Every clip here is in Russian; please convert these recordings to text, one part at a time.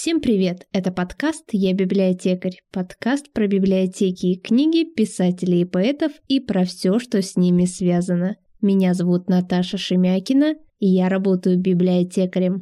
Всем привет! Это подкаст «Я библиотекарь». Подкаст про библиотеки и книги, писателей и поэтов и про все, что с ними связано. Меня зовут Наташа Шемякина, и я работаю библиотекарем.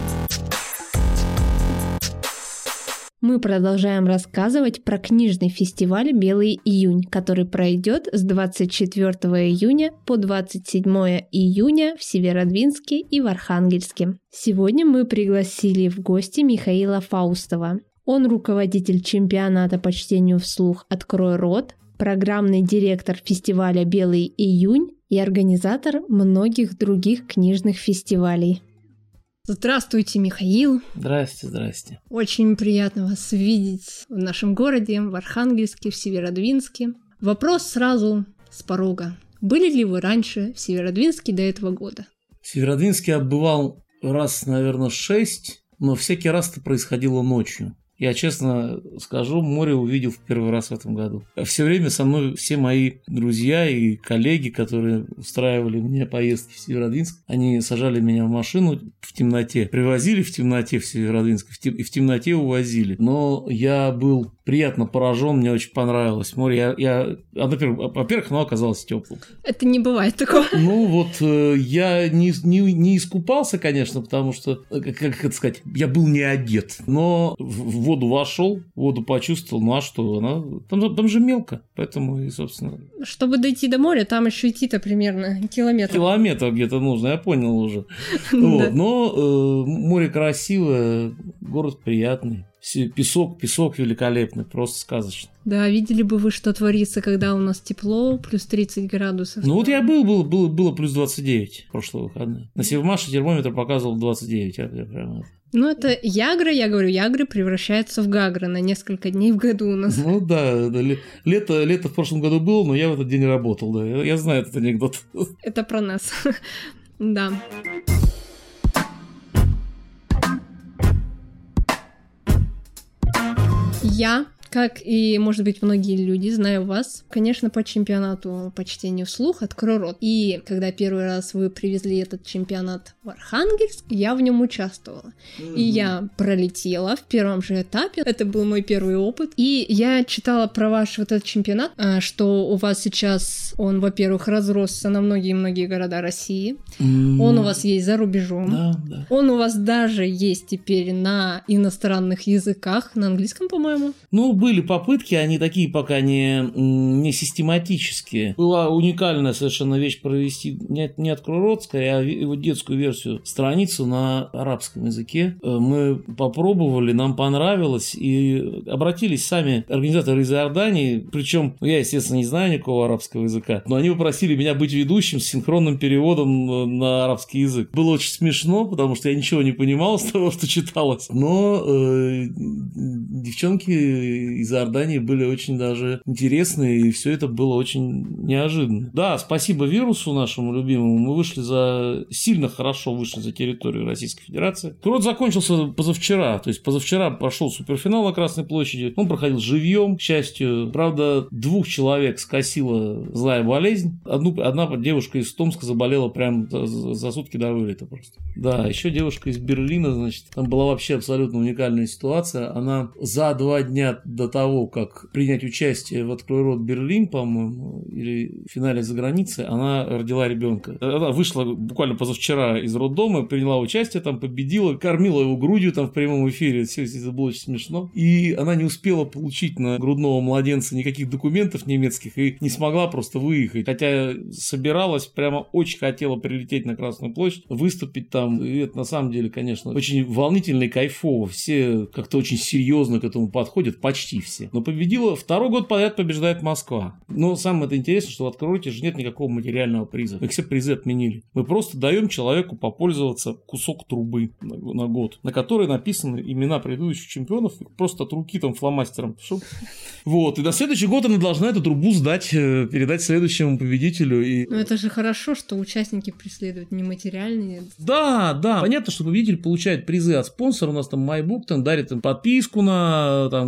Мы продолжаем рассказывать про книжный фестиваль «Белый июнь», который пройдет с 24 июня по 27 июня в Северодвинске и в Архангельске. Сегодня мы пригласили в гости Михаила Фаустова. Он руководитель чемпионата по чтению вслух «Открой рот», программный директор фестиваля «Белый июнь» и организатор многих других книжных фестивалей. Здравствуйте, Михаил. Здрасте. Очень приятно вас видеть в нашем городе, в Архангельске, в Северодвинске. Вопрос сразу с порога. Были ли вы раньше в Северодвинске до этого года? В Северодвинске я бывал раз, наверное, 6, но всякий раз это происходило ночью. Я честно скажу, море увидел в первый раз в этом году. Все время со мной все мои друзья и коллеги, которые устраивали мне поездки в Северодвинск, они сажали меня в машину в темноте, привозили в темноте в Северодвинск и в темноте увозили. Но я был приятно поражен, мне очень понравилось море. Во-первых, оно оказалось теплым. Это не бывает такого. Ну вот, я не искупался, конечно, потому что, как это сказать, я был не одет, но в воду вошел, воду почувствовал, ну а что, там же мелко, поэтому и, собственно... Чтобы дойти до моря, там еще идти-то примерно километр. Километр где-то нужно, я понял уже. Но море красивое, город приятный. Песок великолепный, просто сказочный. Да, видели бы вы, что творится, когда у нас тепло, плюс 30 градусов. Ну вот я было плюс 29 прошлые выходные. На Севмаше термометр показывал 29. Ну это Ягры превращаются в Гагры на несколько дней в году у нас. Ну да, лето в прошлом году было, но я в этот день работал, да. Я знаю этот анекдот. Это про нас, да. Я, как и, может быть, многие люди, знаю вас, конечно, по чемпионату по чтению вслух «Открой рот». И когда первый раз вы привезли этот чемпионат в Архангельск, я в нем участвовала. И я пролетела в первом же этапе. Это был мой первый опыт. И я читала про ваш вот этот чемпионат, что у вас сейчас он, во-первых, разросся на многие-многие города России. Он у вас есть за рубежом. Да. Он у вас даже есть теперь на иностранных языках, на английском, по-моему. Ну, были попытки, они такие пока не систематические. Была уникальная совершенно вещь провести не «Открой рот», скорее, а его детскую версию, страницу на арабском языке. Мы попробовали, нам понравилось, и обратились сами организаторы из Иордании, причем я, естественно, не знаю никакого арабского языка, но они попросили меня быть ведущим с синхронным переводом на арабский язык. Было очень смешно, потому что я ничего не понимал из того, что читалось, но девчонки из Иордании были очень даже интересные, и все это было очень неожиданно. Да, спасибо вирусу нашему любимому, мы сильно хорошо вышли за территорию Российской Федерации. Рот закончился позавчера, то есть позавчера прошел суперфинал на Красной площади, он проходил живьем, к счастью. Правда, 2 человек скосила злая болезнь, одна девушка из Томска заболела прям за сутки до вылета просто. Да, еще девушка из Берлина, значит, там была вообще абсолютно уникальная ситуация, она за 2 дня до того, как принять участие в «Открой рот» Берлин, по-моему, или в финале за границей, она родила ребенка. Она вышла буквально позавчера из роддома, приняла участие, там победила, кормила его грудью там в прямом эфире, все это было очень смешно. И она не успела получить на грудного младенца никаких документов немецких и не смогла просто выехать. Хотя собиралась, прямо очень хотела прилететь на Красную площадь, выступить там. И это на самом деле, конечно, очень волнительно и кайфово. Все как-то очень серьезно к этому подходят, почти все. Но победила, 2-й год подряд побеждает Москва. Но самое это интересное, что в «Открой роте» же нет никакого материального приза. Мы все призы отменили. Мы просто даем человеку попользоваться кусок трубы на год, на которой написаны имена предыдущих чемпионов, просто от руки там фломастером. Вот. И на следующий год она должна эту трубу сдать, передать следующему победителю. Но это же хорошо, что участники преследуют нематериальные. Да. Понятно, что победитель получает призы от спонсора. У нас там MyBook там дарит им подписку на там 3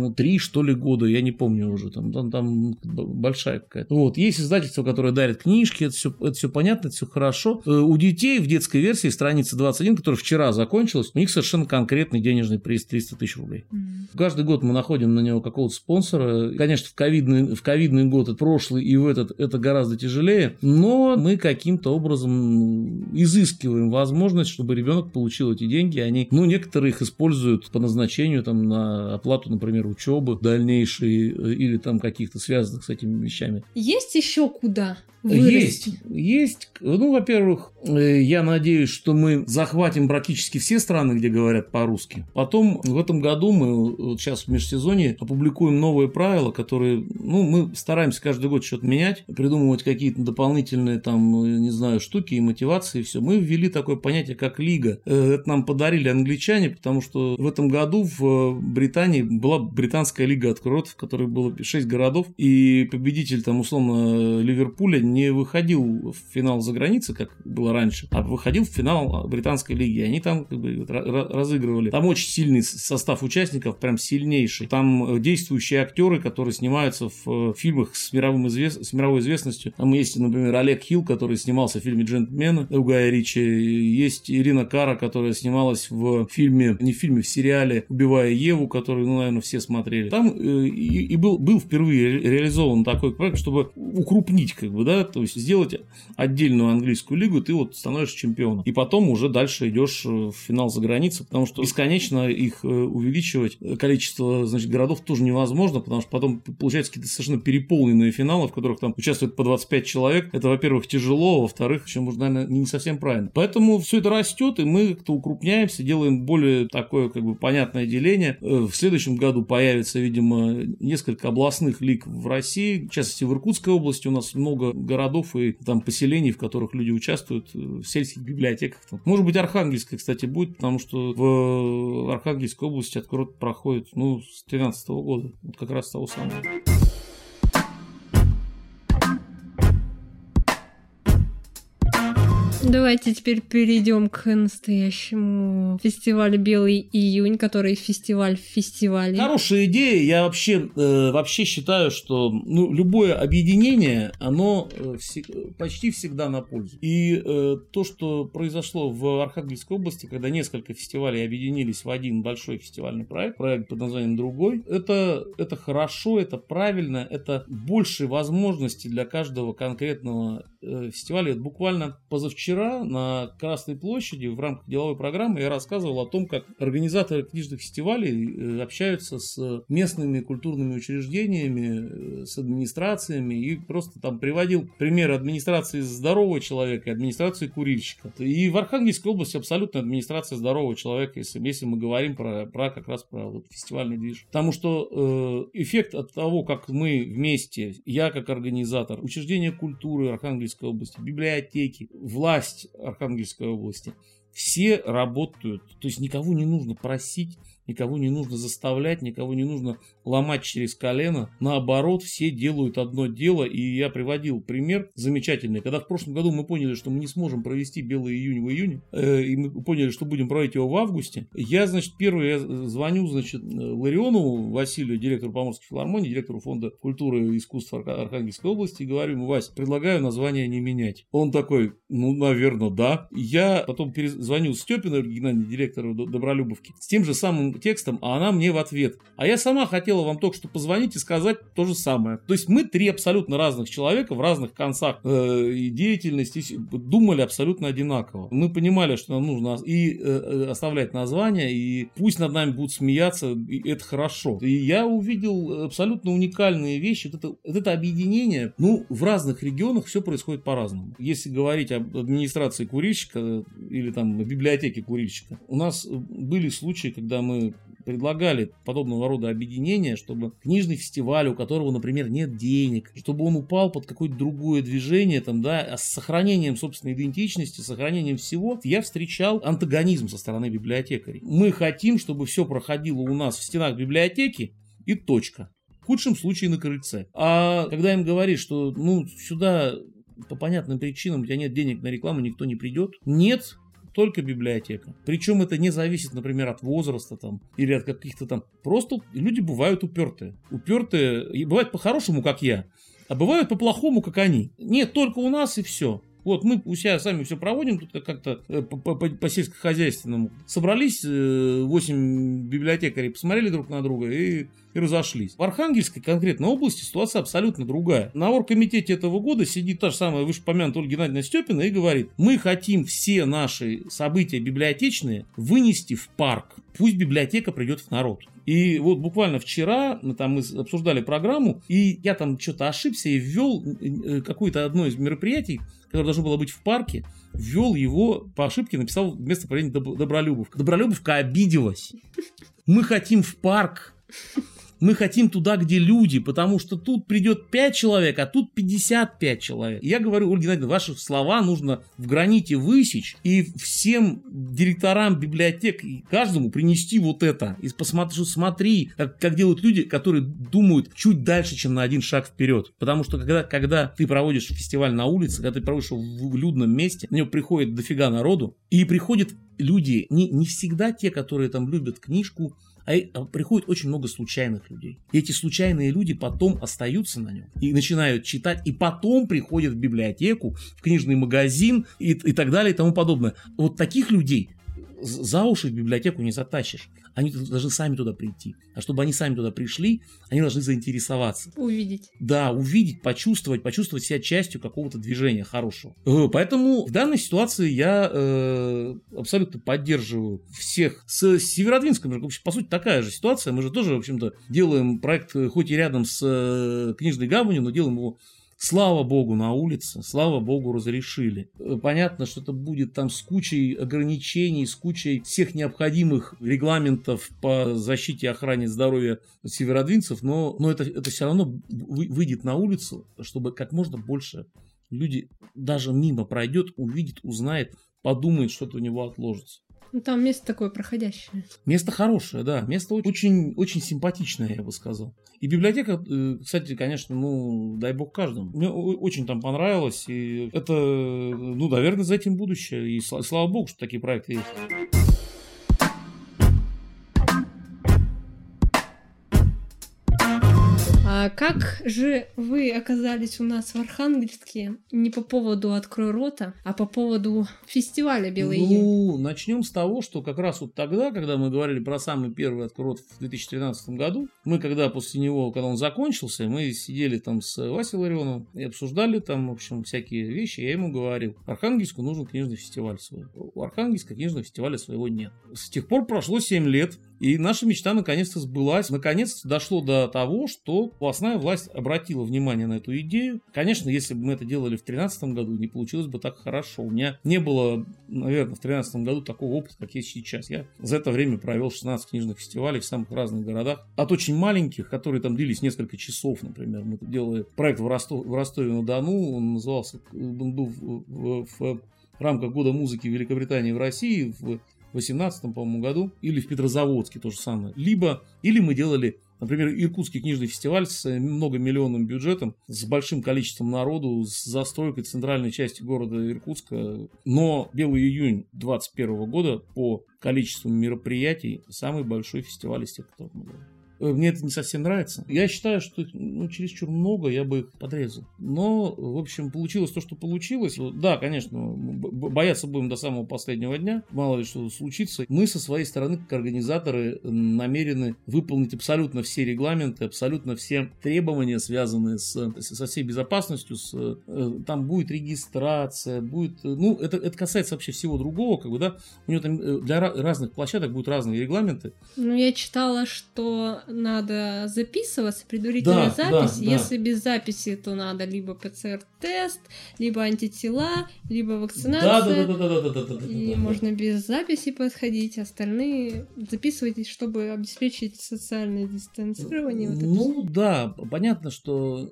что ли, года, я не помню уже, там большая какая-то. Вот, есть издательство, которое дарит книжки, это все понятно, это все хорошо. У детей в детской версии страница 21, которая вчера закончилась, у них совершенно конкретный денежный приз 300 тысяч рублей. Каждый год мы находим на него какого-то спонсора. Конечно, в ковидный год, это прошлый, и в этот это гораздо тяжелее, но мы каким-то образом изыскиваем возможность, чтобы ребенок получил эти деньги. Они, некоторые их используют по назначению там, на оплату, например, учебы дальнейшей или там каких-то связанных с этими вещами. Есть еще куда вырасти? Есть. Во-первых, я надеюсь, что мы захватим практически все страны, где говорят по-русски. Потом в этом году мы сейчас в межсезонье опубликуем новые правила, которые, мы стараемся каждый год что-то менять, придумывать какие-то дополнительные штуки и мотивации, и все. Мы ввели такое понятие, как лига. Это нам подарили англичане, потому что в этом году в Британии была британская лига открытов, в которой было 6 городов, и победитель условно Ливерпуля не выходил в финал за границей, как было раньше, а выходил в финал британской лиги. Они там разыгрывали. Там очень сильный состав участников, прям сильнейший. Там действующие актеры, которые снимаются в фильмах с мировой известностью. Там есть, например, Олег Хилл, который снимался в фильме «Джентльмены» у Гая Ричи. Есть Ирина Кара, которая снималась в сериале «Убивая Еву», который, наверное, все смотрели. Там и был впервые реализован такой проект, чтобы укрупнить, то есть сделать отдельную английскую лигу, ты становишься чемпионом. И потом уже дальше идешь в финал за границей, потому что бесконечно их увеличивать, количество, городов тоже невозможно, потому что потом получается какие-то совершенно переполненные финалы, в которых там участвует по 25 человек. Это, во-первых, тяжело, во-вторых, еще, может, наверное, не совсем правильно. Поэтому все это растет, и мы как-то укрупняемся, делаем более такое, понятное деление. В следующем году появится, видимо, несколько областных лиг в России, в частности, в Иркутской области у нас много городов и там поселеей, в которых люди участвуют, в сельских библиотеках. Может быть, Архангельская, кстати, будет, потому что в Архангельской области открыт проходит, с 2013 года, как раз того самого. Давайте теперь перейдем к настоящему фестивалю «Белый июнь», который фестиваль в фестивале. Хорошая идея. Я вообще считаю, что любое объединение, оно почти всегда на пользу. И то, что произошло в Архангельской области, когда несколько фестивалей объединились в один большой фестивальный проект под названием «Другой», это хорошо, это правильно, это больше возможностей для каждого конкретного фестиваля. Это буквально позавчера на Красной площади в рамках деловой программы я рассказывал о том, как организаторы книжных фестивалей общаются с местными культурными учреждениями, с администрациями, и просто там приводил пример администрации здорового человека и администрации курильщика. И в Архангельской области абсолютно администрация здорового человека, если мы говорим как раз про фестивальный движ. Потому что эффект от того, как мы вместе, я как организатор, учреждения культуры Архангельской области, библиотеки, власть Архангельской области, все работают, то есть никого не нужно просить, никого не нужно заставлять, никого не нужно ломать через колено. Наоборот, все делают одно дело. И я приводил пример замечательный. Когда в прошлом году мы поняли, что мы не сможем провести «Белый июнь» в июне, и мы поняли, что будем проводить его в августе, я звоню, Ларионову Василию, директору Поморской филармонии, директору фонда культуры и искусства Архангельской области, и говорю ему: Вась, предлагаю название не менять. Он такой: наверное, да. Я потом звоню Степиной Геннадию, директору Добролюбовки, с тем же самым текстом, а она мне в ответ: а я сама хотела вам только что позвонить и сказать то же самое. То есть мы три абсолютно разных человека в разных концах и деятельности думали абсолютно одинаково. Мы понимали, что нам нужно и оставлять название, и пусть над нами будут смеяться, и это хорошо. И я увидел абсолютно уникальные вещи. Это объединение, в разных регионах все происходит по-разному. Если говорить об администрации курильщика или там библиотеке курильщика, у нас были случаи, когда мы предлагали подобного рода объединения, чтобы книжный фестиваль, у которого, например, нет денег, чтобы он упал под какое-то другое движение, с сохранением собственной идентичности, сохранением всего, я встречал антагонизм со стороны библиотекарей. Мы хотим, чтобы все проходило у нас в стенах библиотеки и точка. В худшем случае на крыльце. А когда им говоришь, что сюда по понятным причинам у тебя нет денег на рекламу, никто не придет. Нет. только библиотека. Причем это не зависит, например, от возраста там, или от каких-то там... Просто люди бывают упертые. Упертые, и бывают по-хорошему, как я, а бывают по-плохому, как они. Нет, только у нас и все. Вот мы у себя сами все проводим, тут как-то по сельскохозяйственному. Собрались 8 библиотекарей, посмотрели друг на друга и разошлись. В Архангельской конкретной области ситуация абсолютно другая. На оргкомитете этого года сидит та же самая вышепомянутая Ольга Геннадьевна Степина и говорит: мы хотим все наши события библиотечные вынести в парк. Пусть библиотека придет в народ. И вот буквально вчера мы обсуждали программу, и я там что-то ошибся и ввел какое-то одно из мероприятий, которое должно было быть в парке, ввел его по ошибке, написал вместо правления Добролюбовка. Добролюбовка обиделась. Мы хотим в парк. Мы хотим туда, где люди, потому что тут придет 5 человек, а тут 55 человек. Я говорю: Ольга Геннадьевна, ваши слова нужно в граните высечь и всем директорам библиотек и каждому принести вот это. И смотри, как делают люди, которые думают чуть дальше, чем на один шаг вперед. Потому что когда ты проводишь фестиваль на улице, когда ты проводишь его в людном месте, на него приходит дофига народу, и приходят люди, не всегда те, которые там любят книжку, а приходит очень много случайных людей. И эти случайные люди потом остаются на нем и начинают читать, и потом приходят в библиотеку, в книжный магазин и так далее и тому подобное. Вот таких людей за уши в библиотеку не затащишь. Они должны сами туда прийти. А чтобы они сами туда пришли, они должны заинтересоваться. Увидеть. Да, увидеть, почувствовать себя частью какого-то движения хорошего. Поэтому в данной ситуации я абсолютно поддерживаю всех. С Северодвинском, по сути, такая же ситуация. Мы же тоже, в общем-то, делаем проект, хоть и рядом с Книжной гаванью, но делаем его, слава богу, на улице, слава богу, разрешили. Понятно, что это будет там с кучей ограничений, с кучей всех необходимых регламентов по защите и охране здоровья северодвинцев, но это все равно выйдет на улицу, чтобы как можно больше люди даже мимо пройдет, увидит, узнает, подумает, что-то у него отложится. Ну, там место такое проходящее. Место хорошее, да. Место очень, очень симпатичное, я бы сказал. И библиотека, кстати, конечно, дай бог каждому. Мне очень там понравилось. И это, наверное, за этим будущее. И слава богу, что такие проекты есть. А как же вы оказались у нас в Архангельске не по поводу «Открой рота», а по поводу фестиваля «Белый июнь»? Начнем с того, что как раз вот тогда, когда мы говорили про самый первый «Открой рот» в 2013 году, когда после него, когда он закончился, мы сидели там с Васей Ларионовым и обсуждали там, в общем, всякие вещи. Я ему говорил: Архангельску нужен книжный фестиваль свой. У Архангельска книжного фестиваля своего нет. С тех пор прошло 7 лет. И наша мечта наконец-то сбылась. Наконец-то дошло до того, что областная власть обратила внимание на эту идею. Конечно, если бы мы это делали в 2013 году, не получилось бы так хорошо. У меня не было, наверное, в 2013 году такого опыта, как есть сейчас. Я за это время провел 16 книжных фестивалей в самых разных городах. От очень маленьких, которые там длились несколько часов, например. Мы делали проект в Ростове-на-Дону. Он назывался, он был в рамках Года музыки в Великобритании и в России в 2018, по-моему, году, или в Петрозаводске то же самое. Или мы делали, например, Иркутский книжный фестиваль с многомиллионным бюджетом, с большим количеством народу, с застройкой центральной части города Иркутска. Но «Белый июнь» 2021 года по количеству мероприятий самый большой фестиваль из тех, которые мы делали. Мне это не совсем нравится. Я считаю, что чересчур много, я бы их подрезал. Но, в общем, получилось то, что получилось. Да, конечно, бояться будем до самого последнего дня. Мало ли что случится. Мы со своей стороны, как организаторы, намерены выполнить абсолютно все регламенты, абсолютно все требования, связанные со всей безопасностью. Там будет регистрация, будет... это касается вообще всего другого. У него там для разных площадок будут разные регламенты. Я читала, что надо записываться, предварительная запись. Да. Если без записи, то надо либо ПЦР-тест, либо антитела, либо вакцинация. Да. И можно без записи подходить. Остальные записывайтесь, чтобы обеспечить социальное дистанцирование. Да, понятно, что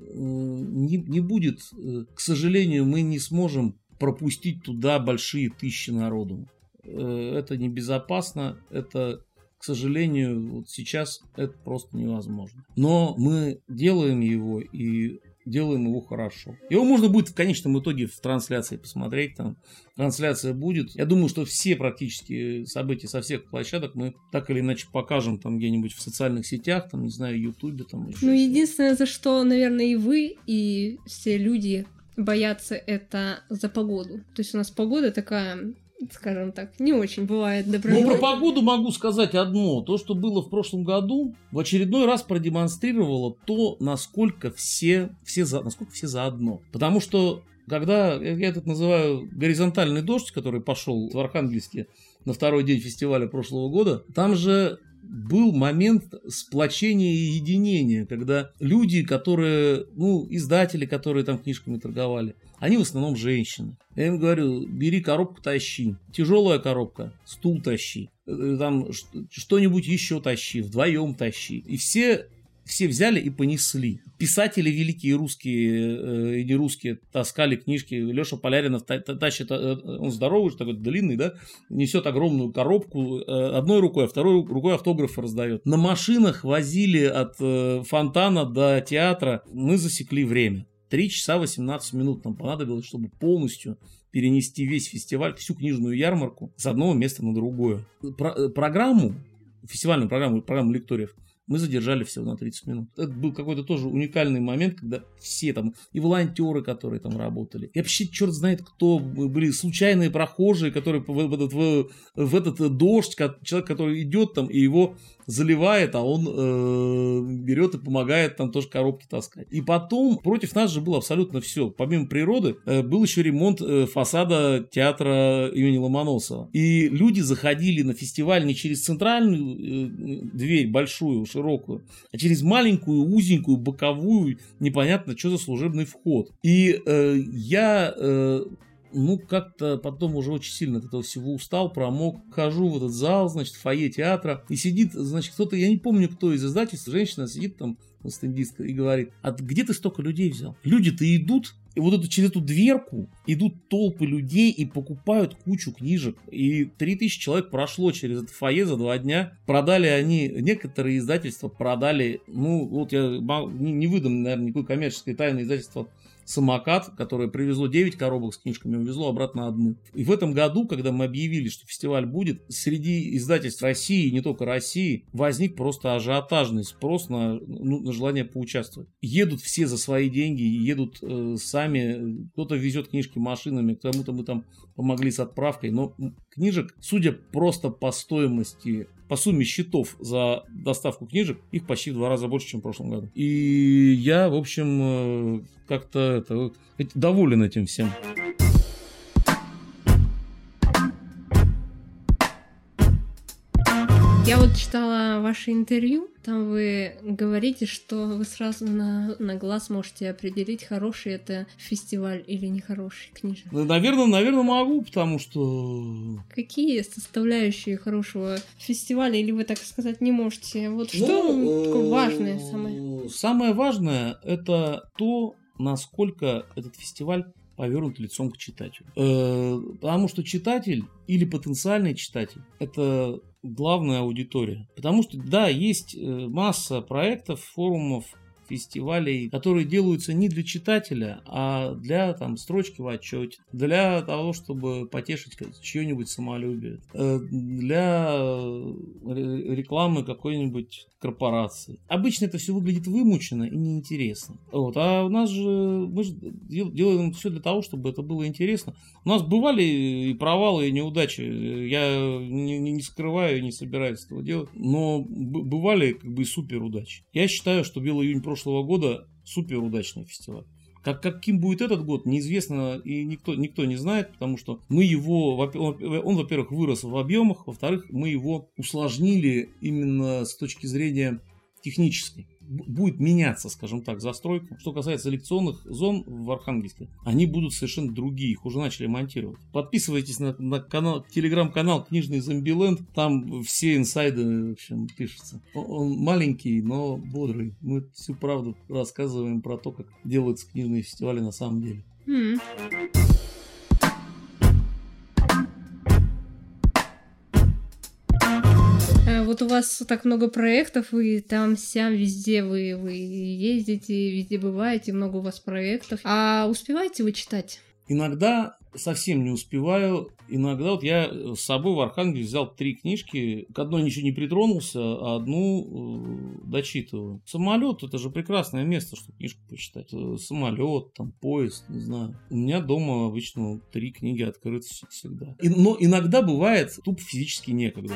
не будет, к сожалению, мы не сможем пропустить туда большие тысячи народу. Это небезопасно, это... К сожалению, вот сейчас это просто невозможно. Но мы делаем его, и делаем его хорошо. Его можно будет в конечном итоге в трансляции посмотреть, там трансляция будет. Я думаю, что все практически события со всех площадок мы так или иначе покажем там где-нибудь в социальных сетях, там, не знаю, Ютубе, там еще. Ну, единственное, за что, наверное, и вы, и все люди боятся, это за погоду. То есть у нас погода такая, скажем так, не очень бывает доброжелательной. Ну, про погоду могу сказать одно. То, что было в прошлом году, в очередной раз продемонстрировало то, насколько все заодно. Потому что, когда, я это называю горизонтальный дождь, который пошел в Архангельске на второй день фестиваля прошлого года, там же был момент сплочения и единения, когда люди, которые, издатели, которые там книжками торговали, они в основном женщины. Я им говорю, бери коробку, тащи. Тяжелая коробка, стул тащи. Там что-нибудь еще тащи, вдвоем тащи. И все взяли и понесли. Писатели великие русские и нерусские таскали книжки. Леша Поляринов тащит, он здоровый, такой длинный, да, несет огромную коробку одной рукой, а второй рукой автографы раздает. На машинах возили от фонтана до театра. Мы засекли время. 3 часа 18 минут нам понадобилось, чтобы полностью перенести весь фестиваль, всю книжную ярмарку с одного места на другое. Фестивальную программу лекториев мы задержали всего на 30 минут. Это был какой-то тоже уникальный момент, когда все там, и волонтеры, которые там работали, и вообще черт знает кто, были случайные прохожие, которые в этот дождь, человек, который идет там, и его заливает, а он берет и помогает там тоже коробки таскать. И потом против нас же было абсолютно все. Помимо природы, был еще ремонт фасада театра имени Ломоносова. И люди заходили на фестиваль не через центральную дверь, большую, широкую, а через маленькую, узенькую, боковую, непонятно, что за служебный вход. И как-то потом уже очень сильно от этого всего устал, промок. Хожу в этот зал, значит, в фойе театра, и сидит, значит, кто-то, я не помню, кто из издательств, женщина сидит там, стендистка, и говорит, а где ты столько людей взял? Люди-то идут, и вот через эту дверку идут толпы людей и покупают кучу книжек. И 3000 человек прошло через это фойе за 2 дня. Продали они, некоторые издательства продали, я не выдам, наверное, никакой коммерческой тайны, издательства «Самокат», которое привезло 9 коробок с книжками, увезло обратно 1. И в этом году, когда мы объявили, что фестиваль будет, среди издательств России, и не только России, возник просто ажиотажный спрос на желание поучаствовать. Едут все за свои деньги, едут сами, кто-то везет книжки машинами, кому-то мы там помогли с отправкой, но книжек, судя просто по стоимости, по сумме счетов за доставку книжек, их почти в 2 раза больше, чем в прошлом году. И я, в общем, как-то доволен этим всем. Я вот читала ваше интервью, там вы говорите, что вы сразу на глаз можете определить, хороший это фестиваль или нехороший книжек. Наверное, могу, потому что... Какие составляющие хорошего фестиваля, или вы так сказать не можете? Вот что такое важное самое? Самое важное это то, насколько этот фестиваль повернут лицом к читателю. Потому что читатель или потенциальный читатель – это главная аудитория. Потому что, да, есть масса проектов, форумов, фестивалей, которые делаются не для читателя, а для строчки в отчете, для того, чтобы потешить чье-нибудь самолюбие, для рекламы какой-нибудь корпорации. Обычно это все выглядит вымученно и неинтересно. А у нас же, мы же делаем все для того, чтобы это было интересно. У нас бывали и провалы, и неудачи. Я не скрываю, не собираюсь этого делать. Но бывали и супер удачи. Я считаю, что «Белый июнь» прошлого года супер удачный фестиваль. Каким будет этот год, неизвестно, и никто не знает, потому что мы его, он, во-первых, вырос в объемах, во-вторых, мы его усложнили именно с точки зрения технической. Будет меняться, скажем так, застройка. Что касается лекционных зон в Архангельске, они будут совершенно другие, их уже начали монтировать. Подписывайтесь на телеграм-канал «Книжный Зомбиленд», там все инсайды, в общем, пишутся. Он маленький, но бодрый. Мы всю правду рассказываем про то, как делаются книжные фестивали на самом деле. Вот у вас так много проектов, и там-сям, везде вы ездите, везде бываете, много у вас проектов. А успеваете вы читать? Иногда совсем не успеваю. Иногда вот я с собой в Архангельск взял 3 книжки. К одной ничего не притронулся, а одну дочитываю. Самолет — это же прекрасное место, чтобы книжку почитать. Самолет, там, поезд, не знаю. У меня дома обычно 3 книги открыты всегда. Но иногда бывает тупо физически некогда.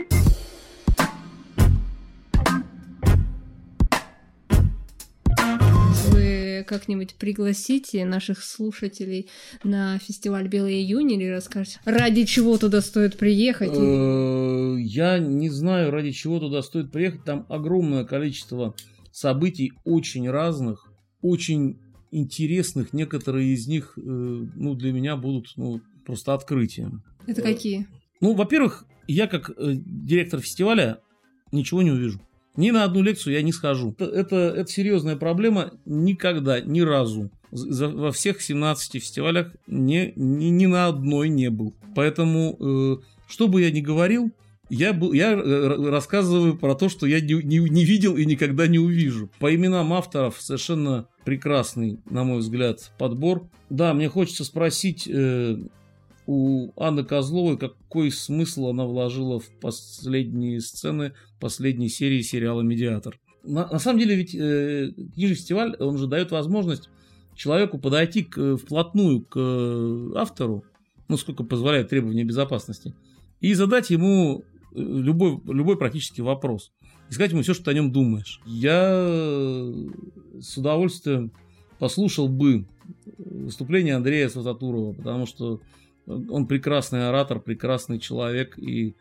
Как-нибудь пригласите наших слушателей на фестиваль «Белый июнь» или расскажете, ради чего туда стоит приехать? Я не знаю, ради чего туда стоит приехать. Там огромное количество событий, очень разных, очень интересных. Некоторые из них, для меня будут просто открытием. Это какие? Во-первых, я как директор фестиваля ничего не увижу. Ни на одну лекцию я не схожу. Это серьезная проблема. Никогда, ни разу во всех 17 фестивалях ни на одной не был. Поэтому, что бы я ни говорил, я рассказываю про то, что я не видел и никогда не увижу. По именам авторов совершенно прекрасный, на мой взгляд, подбор. Да, мне хочется спросить у Анны Козловой, какой смысл она вложила в последние сцены последней серии сериала «Медиатор». На самом деле ведь книжный фестиваль, он же дает возможность человеку подойти вплотную к автору, сколько позволяет требования безопасности, и задать ему любой практически вопрос. И сказать ему все, что ты о нем думаешь. Я с удовольствием послушал бы выступление Андрея Свататурова, потому что он прекрасный оратор, прекрасный человек и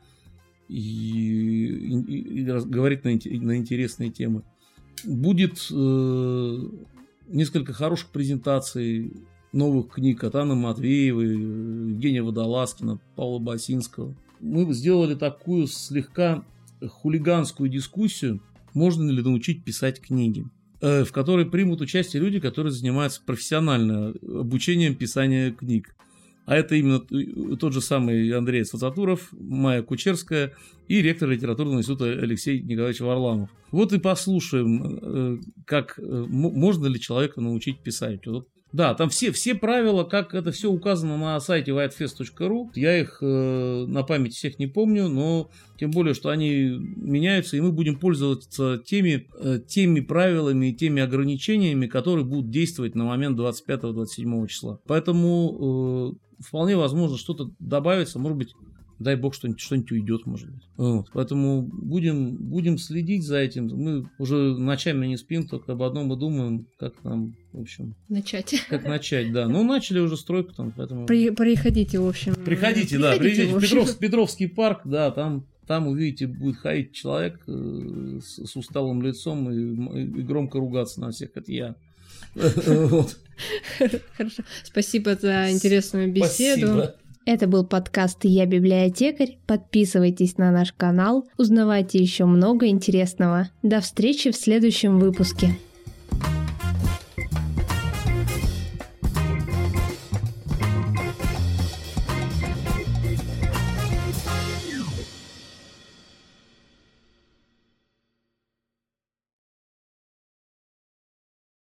говорит на интересные темы. Будет несколько хороших презентаций новых книг от Анны Матвеевой, Евгения Водолазкина, Павла Басинского. Мы сделали такую слегка хулиганскую дискуссию, можно ли научить писать книги, в которой примут участие люди, которые занимаются профессионально обучением писания книг. А это именно тот же самый Андрей Свататуров, Майя Кучерская и ректор литературного института Алексей Николаевич Варламов. Вот и послушаем, как можно ли человека научить писать. Да, там все правила, как это все указано на сайте whitefest.ru. Я их на память всех не помню, но тем более, что они меняются, и мы будем пользоваться теми правилами и теми ограничениями, которые будут действовать на момент 25-27 числа. Поэтому вполне возможно что-то добавится, может быть, дай бог, что-нибудь уйдет, может быть. Поэтому будем следить за этим. Мы уже ночами не спим, только об одном и думаем, как нам, в общем... Как начать, да. Начали уже стройку там, поэтому... Приходите, в общем. Приходите, в Петровский парк, да, там увидите, будет ходить человек с усталым лицом и громко ругаться на всех. Это я. Хорошо. Спасибо за интересную беседу. Спасибо. Это был подкаст «Я библиотекарь». Подписывайтесь на наш канал, узнавайте еще много интересного. До встречи в следующем выпуске.